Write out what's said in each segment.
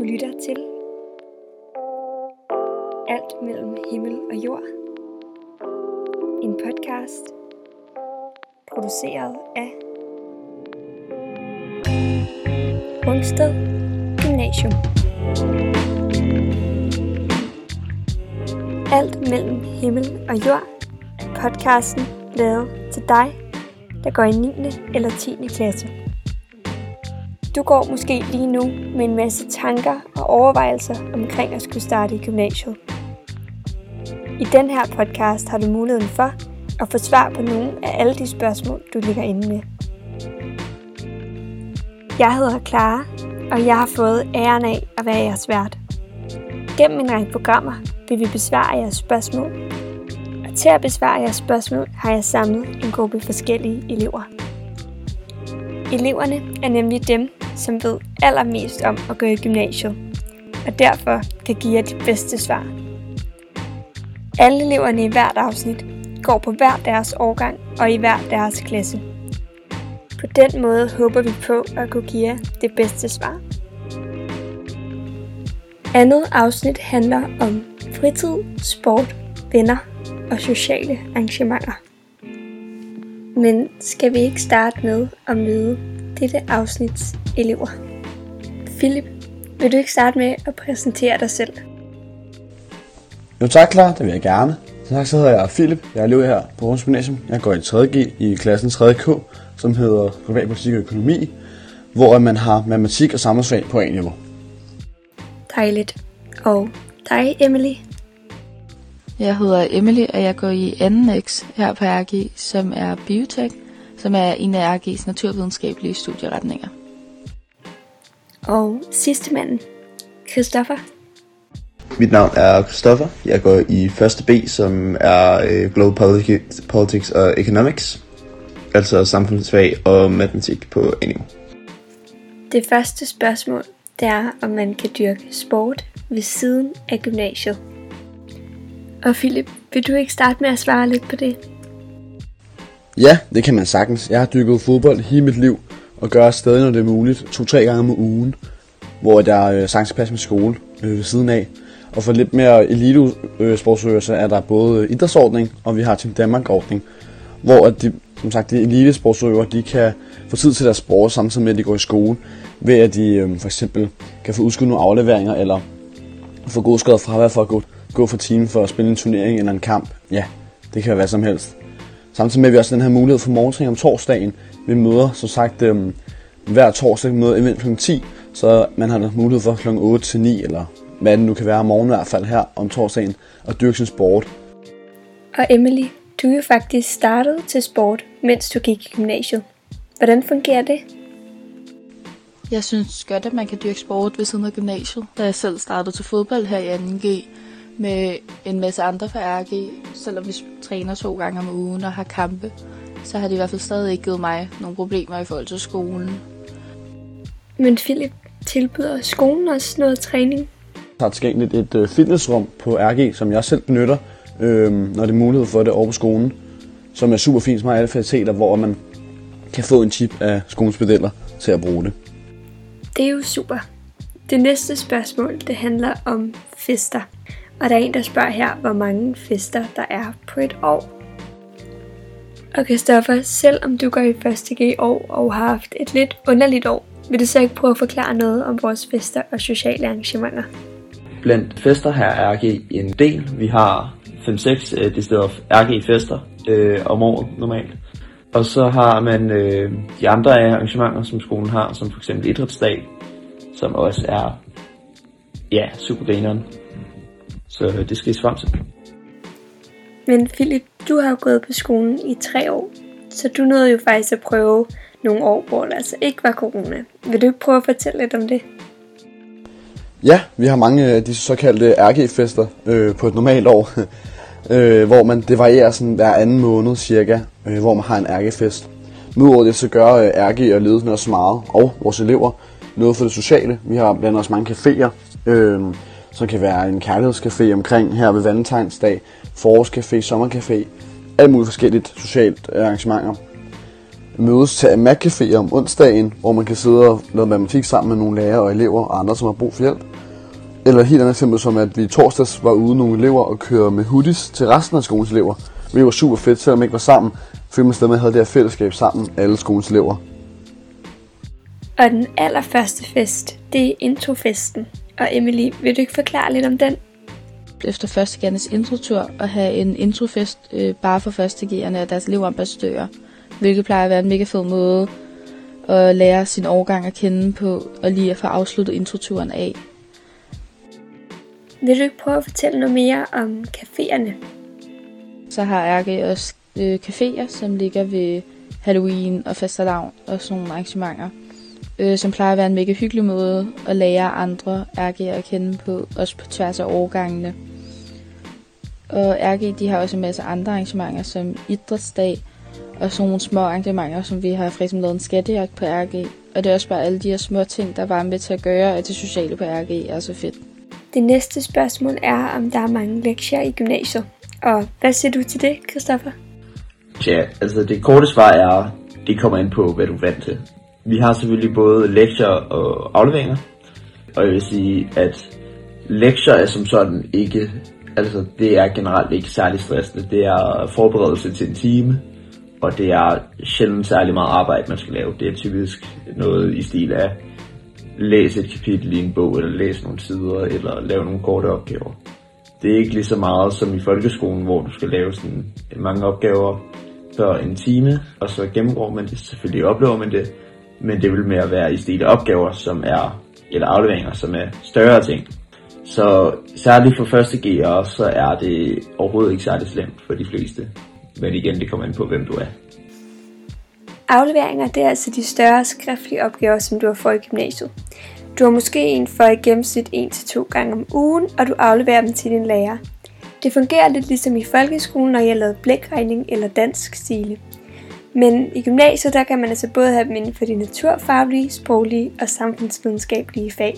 Du lytter til Alt mellem himmel og jord. En podcast produceret af Rungsted Gymnasium. Alt mellem himmel og jord er podcasten lavet til dig, der går i 9. eller 10. klasse. Du går måske lige nu med en masse tanker og overvejelser omkring at skulle starte i gymnasiet. I den her podcast har du muligheden for at få svar på nogle af alle de spørgsmål, du ligger inde med. Jeg hedder Clara, og jeg har fået æren af at være jeres vært. Gennem en række programmer vil vi besvare jeres spørgsmål. Og til at besvare jeres spørgsmål har jeg samlet en gruppe forskellige elever. Eleverne er nemlig dem, som ved allermest om at gå i gymnasiet, og derfor kan give jer de bedste svar. Alle eleverne i hvert afsnit går på hver deres årgang og i hver deres klasse. På den måde håber vi på at kunne give jer det bedste svar. Andet afsnit handler om fritid, sport, venner og sociale arrangementer. Men skal vi ikke starte med at møde dette afsnits elever? Philip, vil du ikke starte med at præsentere dig selv? Jo tak, Clara, det vil jeg gerne. Så hedder jeg Philip, jeg er elev her på Rungsted Gymnasium. Jeg går i 3.G i klassen 3.K, som hedder Privatpolitik og Økonomi, hvor man har matematik og samfundsfag på A-niveau. Dejligt. Og dig, Emily? Jeg hedder Emily, og jeg går i 2.X her på RG, som er Biotech, som er en af RG's naturvidenskabelige studieretninger. Og sidste manden, Christoffer. Mit navn er Christoffer. Jeg går i 1.B, som er Global Politics og Economics, altså samfundsfag og matematik på A-niveau. Det første spørgsmål, det er, om man kan dyrke sport ved siden af gymnasiet. Og Philip, vil du ikke starte med at svare lidt på det? Ja, det kan man sagtens. Jeg har dyrket fodbold hele mit liv, og gør stadig, når det er muligt, 2-3 gange om ugen, hvor jeg sagtens passer med skole ved siden af. Og for lidt mere elite-sportsøvelser er der både idrætsordning, og vi har Team Danmark-ordning, hvor de elite-sportsøver, de kan få tid til deres sport, samtidig med at de går i skole, ved at de for eksempel kan få udskudt nogle afleveringer, eller få godskrevet fravær for at gå for timen for at spille en turnering eller en kamp. Ja, det kan være hvad som helst. Samtidig med at vi også den her mulighed for morgentræning om torsdagen. Vi møder, som sagt, hver torsdag møder event kl. 10, så man har mulighed for kl. 8 til 9, eller hvad det nu kan være om morgenen i hvert fald her om torsdagen, at dyrke sin sport. Og Emily, du er jo faktisk startet til sport, mens du gik i gymnasiet. Hvordan fungerer det? Jeg synes godt, at man kan dyrke sport ved siden af gymnasiet. Da jeg selv startede til fodbold her i 2.G med en masse andre fra RG, selvom vi træner 2 gange om ugen og har kampe, så har det i hvert fald stadig ikke givet mig nogle problemer i forhold til skolen. Men Philip, tilbyder skolen også noget træning? Der er tilgængeligt et fitnessrum på RG, som jeg selv benytter, når det er mulighed for det over på skolen, som er super fint, som har alle faciliteter, hvor man kan få en chip af skolens pedeller til at bruge det. Det er jo super. Det næste spørgsmål, det handler om fester. Og der er en, der spørger her, hvor mange fester der er på et år. Og Christoffer, selvom du går i 1.G år og har haft et lidt underligt år, vil du så ikke prøve at forklare noget om vores fester og sociale arrangementer? Blandt fester her er RG en del. Vi har 5-6 deciderede RG-fester om året normalt. Og så har man de andre arrangementer, som skolen har, som f.eks. idrætsdag, som også er super grineren. Så det skal I frem til. Men Philip, du har jo gået på skolen i 3 år, så du nåede jo faktisk at prøve nogle år, hvor der altså ikke var corona. Vil du ikke prøve at fortælle lidt om det? Ja, vi har mange af de såkaldte RG-fester på et normalt år, hvor det varierer sådan hver anden måned cirka, hvor man har en RG-fest. Udover det så gør RG og ledelsen også meget, og vores elever, noget for det sociale. Vi har blandt også mange caféer, som kan være en kærlighedscafé omkring her ved Valentinsdag, forårscafé, sommercafé, alt muligt forskelligt socialt arrangementer. Mødes til Mac Café om onsdagen, hvor man kan sidde og lave matematik sammen med nogle lærere og elever og andre, som har brug for hjælp. Eller helt andet eksempel som, at vi torsdags var ude nogle elever og kørte med hoodies til resten af skolens elever. Det var super fedt, selvom vi ikke var sammen, fordi man stadig havde det her fællesskab sammen, alle skolens elever. Og den allerførste fest, det er introfesten. Og Emily, vil du ikke forklare lidt om den? Efter førstegernes introtur at have en introfest bare for førstegerne og deres elevambassadører, hvilket plejer at være en mega fed måde at lære sin årgang at kende på, og lige at få afsluttet introturen af. Vil du ikke prøve at fortælle noget mere om caféerne? Så har RG også caféer, som ligger ved Halloween og fastelavn og sådan nogle arrangementer, som plejer at være en mega hyggelig måde at lære andre RG'er at kende på, også på tværs af årgangene. Og RG, de har også en masse andre arrangementer, som idrætsdag, og sådan nogle små arrangementer, som vi har for eksempel lavet en skattejagt på RG. Og det er også bare alle de her små ting, der var med til at gøre, at det sociale på RG er så fedt. Det næste spørgsmål er, om der er mange lektier i gymnasiet. Og hvad siger du til det, Christoffer? Ja, altså det korte svar er, det kommer ind på, hvad du er vant til. Vi har selvfølgelig både lektier og afleveringer. Og jeg vil sige, at lektier er som sådan ikke, altså det er generelt ikke særlig stressende. Det er forberedelse til en time, og det er sjældent særlig meget arbejde, man skal lave. Det er typisk noget i stil af læse et kapitel i en bog, eller læse nogle sider, eller lave nogle korte opgaver. Det er ikke lige så meget som i folkeskolen, hvor du skal lave sådan mange opgaver for en time, og så gennemgår man det, selvfølgelig oplever man det, men det vil mere være i stil af opgaver, som er, eller afleveringer, som er større ting. Så særligt for første G'ere, så er det overhovedet ikke særlig slemt for de fleste. Men igen, det kommer ind på, hvem du er. Afleveringer, det er altså de større skriftlige opgaver, som du har fået i gymnasiet. Du har måske en for i gennemsnit 1-2 gange om ugen, og du afleverer dem til din lærer. Det fungerer lidt ligesom i folkeskolen, når jeg lavede blækregning eller dansk stile. Men i gymnasiet, der kan man altså både have dem inden for de naturfaglige, sproglige og samfundsvidenskabelige fag.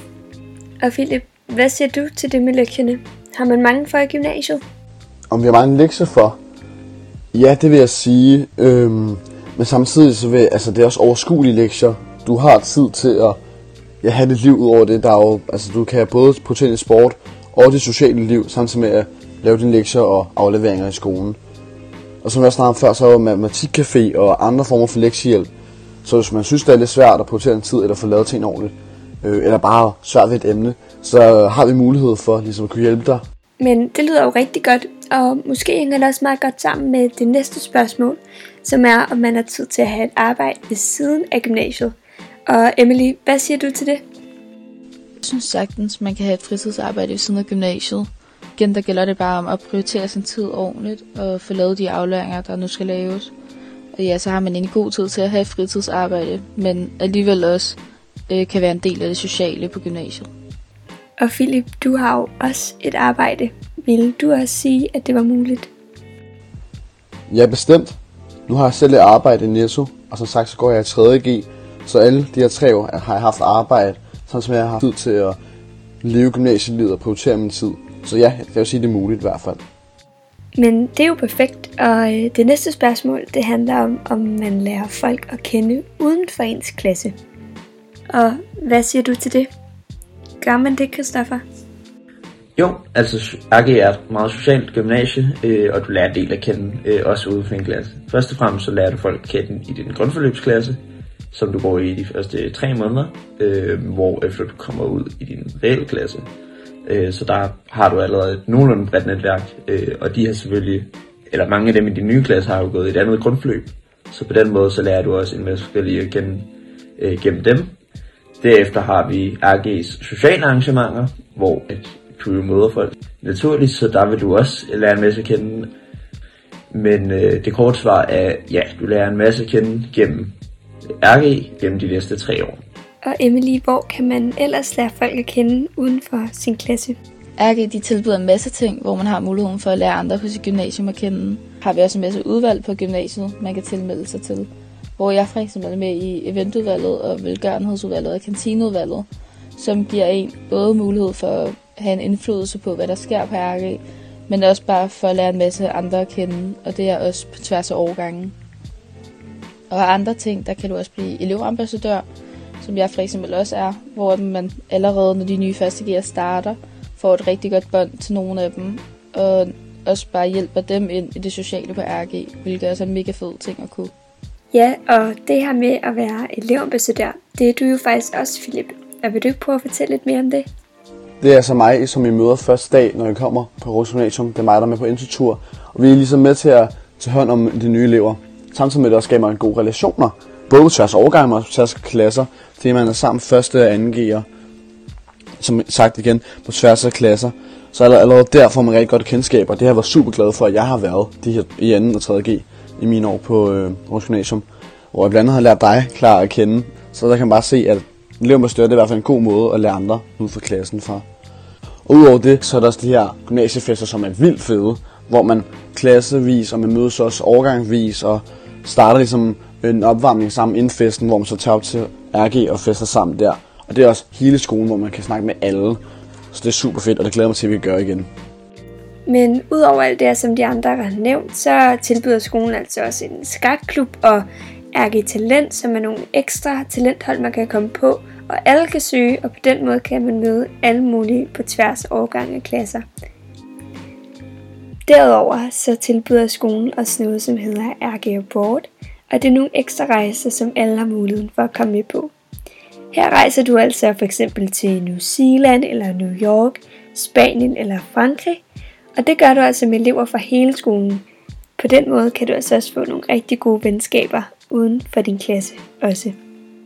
Og Philip, hvad siger du til det med lektierne? Har man mange for i gymnasiet? Om vi har mange lektier for? Ja, det vil jeg sige. Men samtidig så vil det er også overskuelige lektier. Du har tid til at have dit liv ud over det. Der er jo, du kan både prioritere sport og det sociale liv, samtidig med at lave dine lektier og afleveringer i skolen. Og som jeg snakkede om før, så er jo matematikcafé og andre former for lektiehjælp. Så hvis man synes, det er lidt svært at prioritere en tid eller få lavet ting ordentligt, eller bare svært ved et emne, så har vi mulighed for ligesom at kunne hjælpe dig. Men det lyder jo rigtig godt, og måske hænger det også meget godt sammen med det næste spørgsmål, som er, om man har tid til at have et arbejde ved siden af gymnasiet. Og Emily, hvad siger du til det? Jeg synes sagtens, man kan have et fritidsarbejde ved siden af gymnasiet. Igen, der gælder det bare om at prioritere sin tid ordentligt og få lavet de afleveringer, der nu skal laves. Og ja, så har man en god tid til at have et fritidsarbejde, men alligevel også kan være en del af det sociale på gymnasiet. Og Philip, du har jo også et arbejde. Vil du også sige, at det var muligt? Ja, bestemt. Nu har jeg selv et arbejde i Netto, og som sagt, så går jeg i 3. G. Så alle de her 3 år har jeg haft arbejde, sådan som jeg har haft tid til at leve gymnasielivet og prioritere min tid. Så ja, jeg kan jo sige, at det er muligt i hvert fald. Men det er jo perfekt, og det næste spørgsmål, det handler om man lærer folk at kende uden for ens klasse. Og hvad siger du til det? Gør man det, Christoffer? Jo, altså RG er et meget socialt gymnasie, og du lærer en del at kende, også ude for en klasse. Først og fremmest så lærer du folk at kende i din grundforløbsklasse, som du går i de første 3 måneder, hvor efter du kommer ud i din reelle klasse. Så der har du allerede et nogenlunde bredt netværk, og de har selvfølgelig, eller mange af dem i din nye klasse har jo gået i et andet grundforløb. Så på den måde så lærer du også en masse forskellige at kende gennem dem. Derefter har vi RG's sociale arrangementer, hvor du jo møder folk naturligt, så der vil du også lære en masse at kende. Men det korte svar er, ja, du lærer en masse at kende gennem RG gennem de næste 3 år. Og Emily, hvor kan man ellers lære folk at kende uden for sin klasse? RG, de tilbyder en masse ting, hvor man har muligheden for at lære andre på sit gymnasium at kende. Har vi også en masse udvalg på gymnasiet, man kan tilmelde sig til. Hvor jeg for eksempel er med i eventudvalget og velgørenhedsudvalget og kantineudvalget, som giver en både mulighed for at have en indflydelse på, hvad der sker på RG, men også bare for at lære en masse andre at kende, og det er også på tværs af årgangen. Og andre ting, der kan du også blive elevambassadør, som jeg for eksempel også er, hvor man allerede, når de nye første G'er starter, får et rigtig godt bånd til nogle af dem, og også bare hjælper dem ind i det sociale på RG, hvilket er så en mega fed ting at kunne. Ja, og det her med at være elevambassadør, det er du jo faktisk også, Philip. Og vil du ikke prøve at fortælle lidt mere om det? Det er altså mig, som I møder første dag, når jeg kommer på Aarhus Gymnasium. Det er mig, der er med på introtur. Og vi er ligesom med til at tage hånd om de nye elever. Samtidig med, at det også skaber en gode relationer. Både på tværs af årgange og på tværs af klasser. Fordi man er sammen første og anden G'er. Som sagt igen, på tværs af klasser. Så allerede der får man rigtig godt kendskab. Og det har jeg været super glad for, at jeg har været de her i 2. og 3. G i mine år på Aarhus Gymnasium. Hvor jeg blandt andet har lært dig klar at kende. Så der kan man bare se, at elevambassadør, det er i hvert fald en god måde at lære andre ud fra klassen fra. Og udover det, så er der også de her gymnasiefester, som er vildt fede, hvor man klassevis, og man mødes også årgangvis, og starter ligesom en opvarmning sammen inden festen, hvor man så tager op til RG og fester sammen der. Og det er også hele skolen, hvor man kan snakke med alle. Så det er super fedt, og det glæder mig til, at vi kan gøre igen. Men udover alt det, som de andre har nævnt, så tilbyder skolen altså også en skakklub og RG Talent, som er nogle ekstra talenthold, man kan komme på, og alle kan søge, og på den måde kan man møde alle mulige på tværs af årgange og klasser. Derudover så tilbyder skolen også noget, som hedder RG Abroad, og det er nogle ekstra rejser, som alle har muligheden for at komme med på. Her rejser du altså for eksempel til New Zealand eller New York, Spanien eller Frankrig, og det gør du altså med elever fra hele skolen. På den måde kan du altså også få nogle rigtig gode venskaber uden for din klasse også.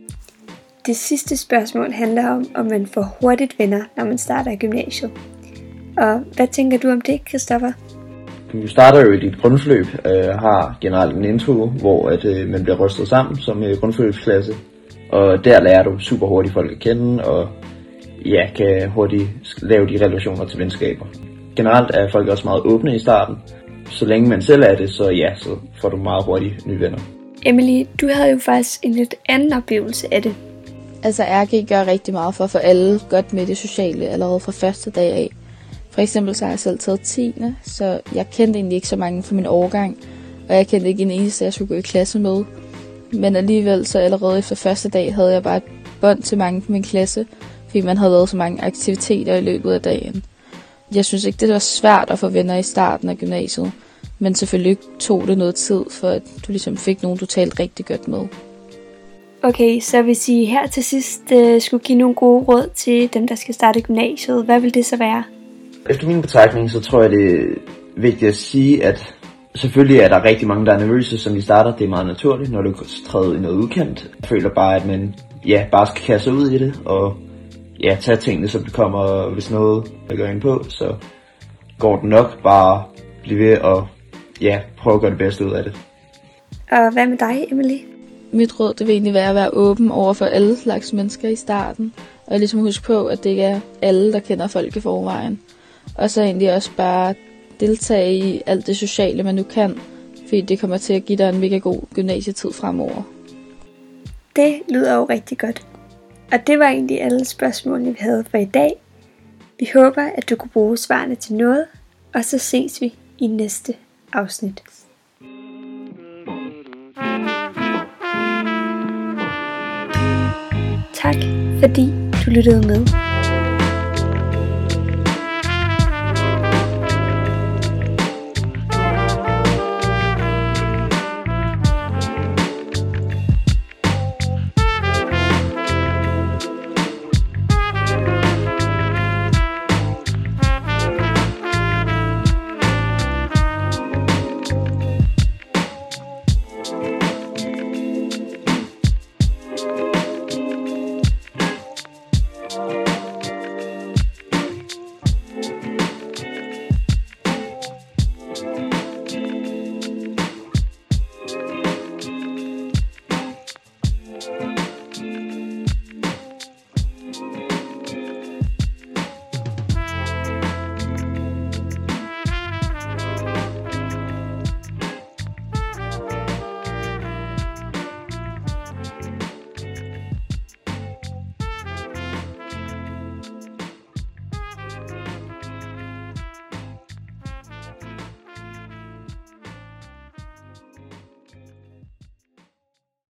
Det sidste spørgsmål handler om man får hurtigt venner, når man starter i gymnasiet. Og hvad tænker du om det, Christoffer? Du starter jo i dit grundforløb, har generelt en intro, hvor man bliver rystet sammen som grundforløbsklasse. Og der lærer du super hurtigt folk at kende, og ja, kan hurtigt lave de relationer til venskaber. Generelt er folk også meget åbne i starten. Så længe man selv er det, så får du meget hurtigt nye venner. Emily, du havde jo faktisk en lidt anden oplevelse af det. Altså RG gør rigtig meget for at få alle godt med det sociale allerede fra første dag af. For eksempel så har jeg selv taget 10. Så jeg kendte egentlig ikke så mange fra min årgang, og jeg kendte ikke en eneste, jeg skulle gå i klasse med. Men alligevel så allerede efter første dag havde jeg bare et bånd til mange på min klasse, fordi man havde lavet så mange aktiviteter i løbet af dagen. Jeg synes ikke, det var svært at få venner i starten af gymnasiet, men selvfølgelig tog det noget tid, for at du ligesom fik nogen, du talte rigtig godt med. Okay, så hvis I her til sidst skulle give nogle gode råd til dem, der skal starte gymnasiet, hvad vil det så være? Efter min betragtning, så tror jeg, det er vigtigt at sige, at selvfølgelig er der rigtig mange, der er nervøse, som de starter. Det er meget naturligt, når du træder i noget udkendt. Jeg føler bare, at man bare skal kaste ud i det, og tage tingene, som det kommer, og hvis noget jeg går ind på, så går det nok. Bare blive ved og prøve at gøre det bedste ud af det. Og hvad med dig, Emily? Mit råd, det vil egentlig være at være åben over for alle slags mennesker i starten, og ligesom huske på, at det ikke er alle, der kender folk i forvejen. Og så egentlig også bare deltage i alt det sociale, man nu kan, fordi det kommer til at give dig en mega god gymnasietid fremover. Det lyder jo rigtig godt. Og det var egentlig alle spørgsmålene, vi havde for i dag. Vi håber, at du kunne bruge svarene til noget, og så ses vi i næste afsnit. Tak fordi du lyttede med.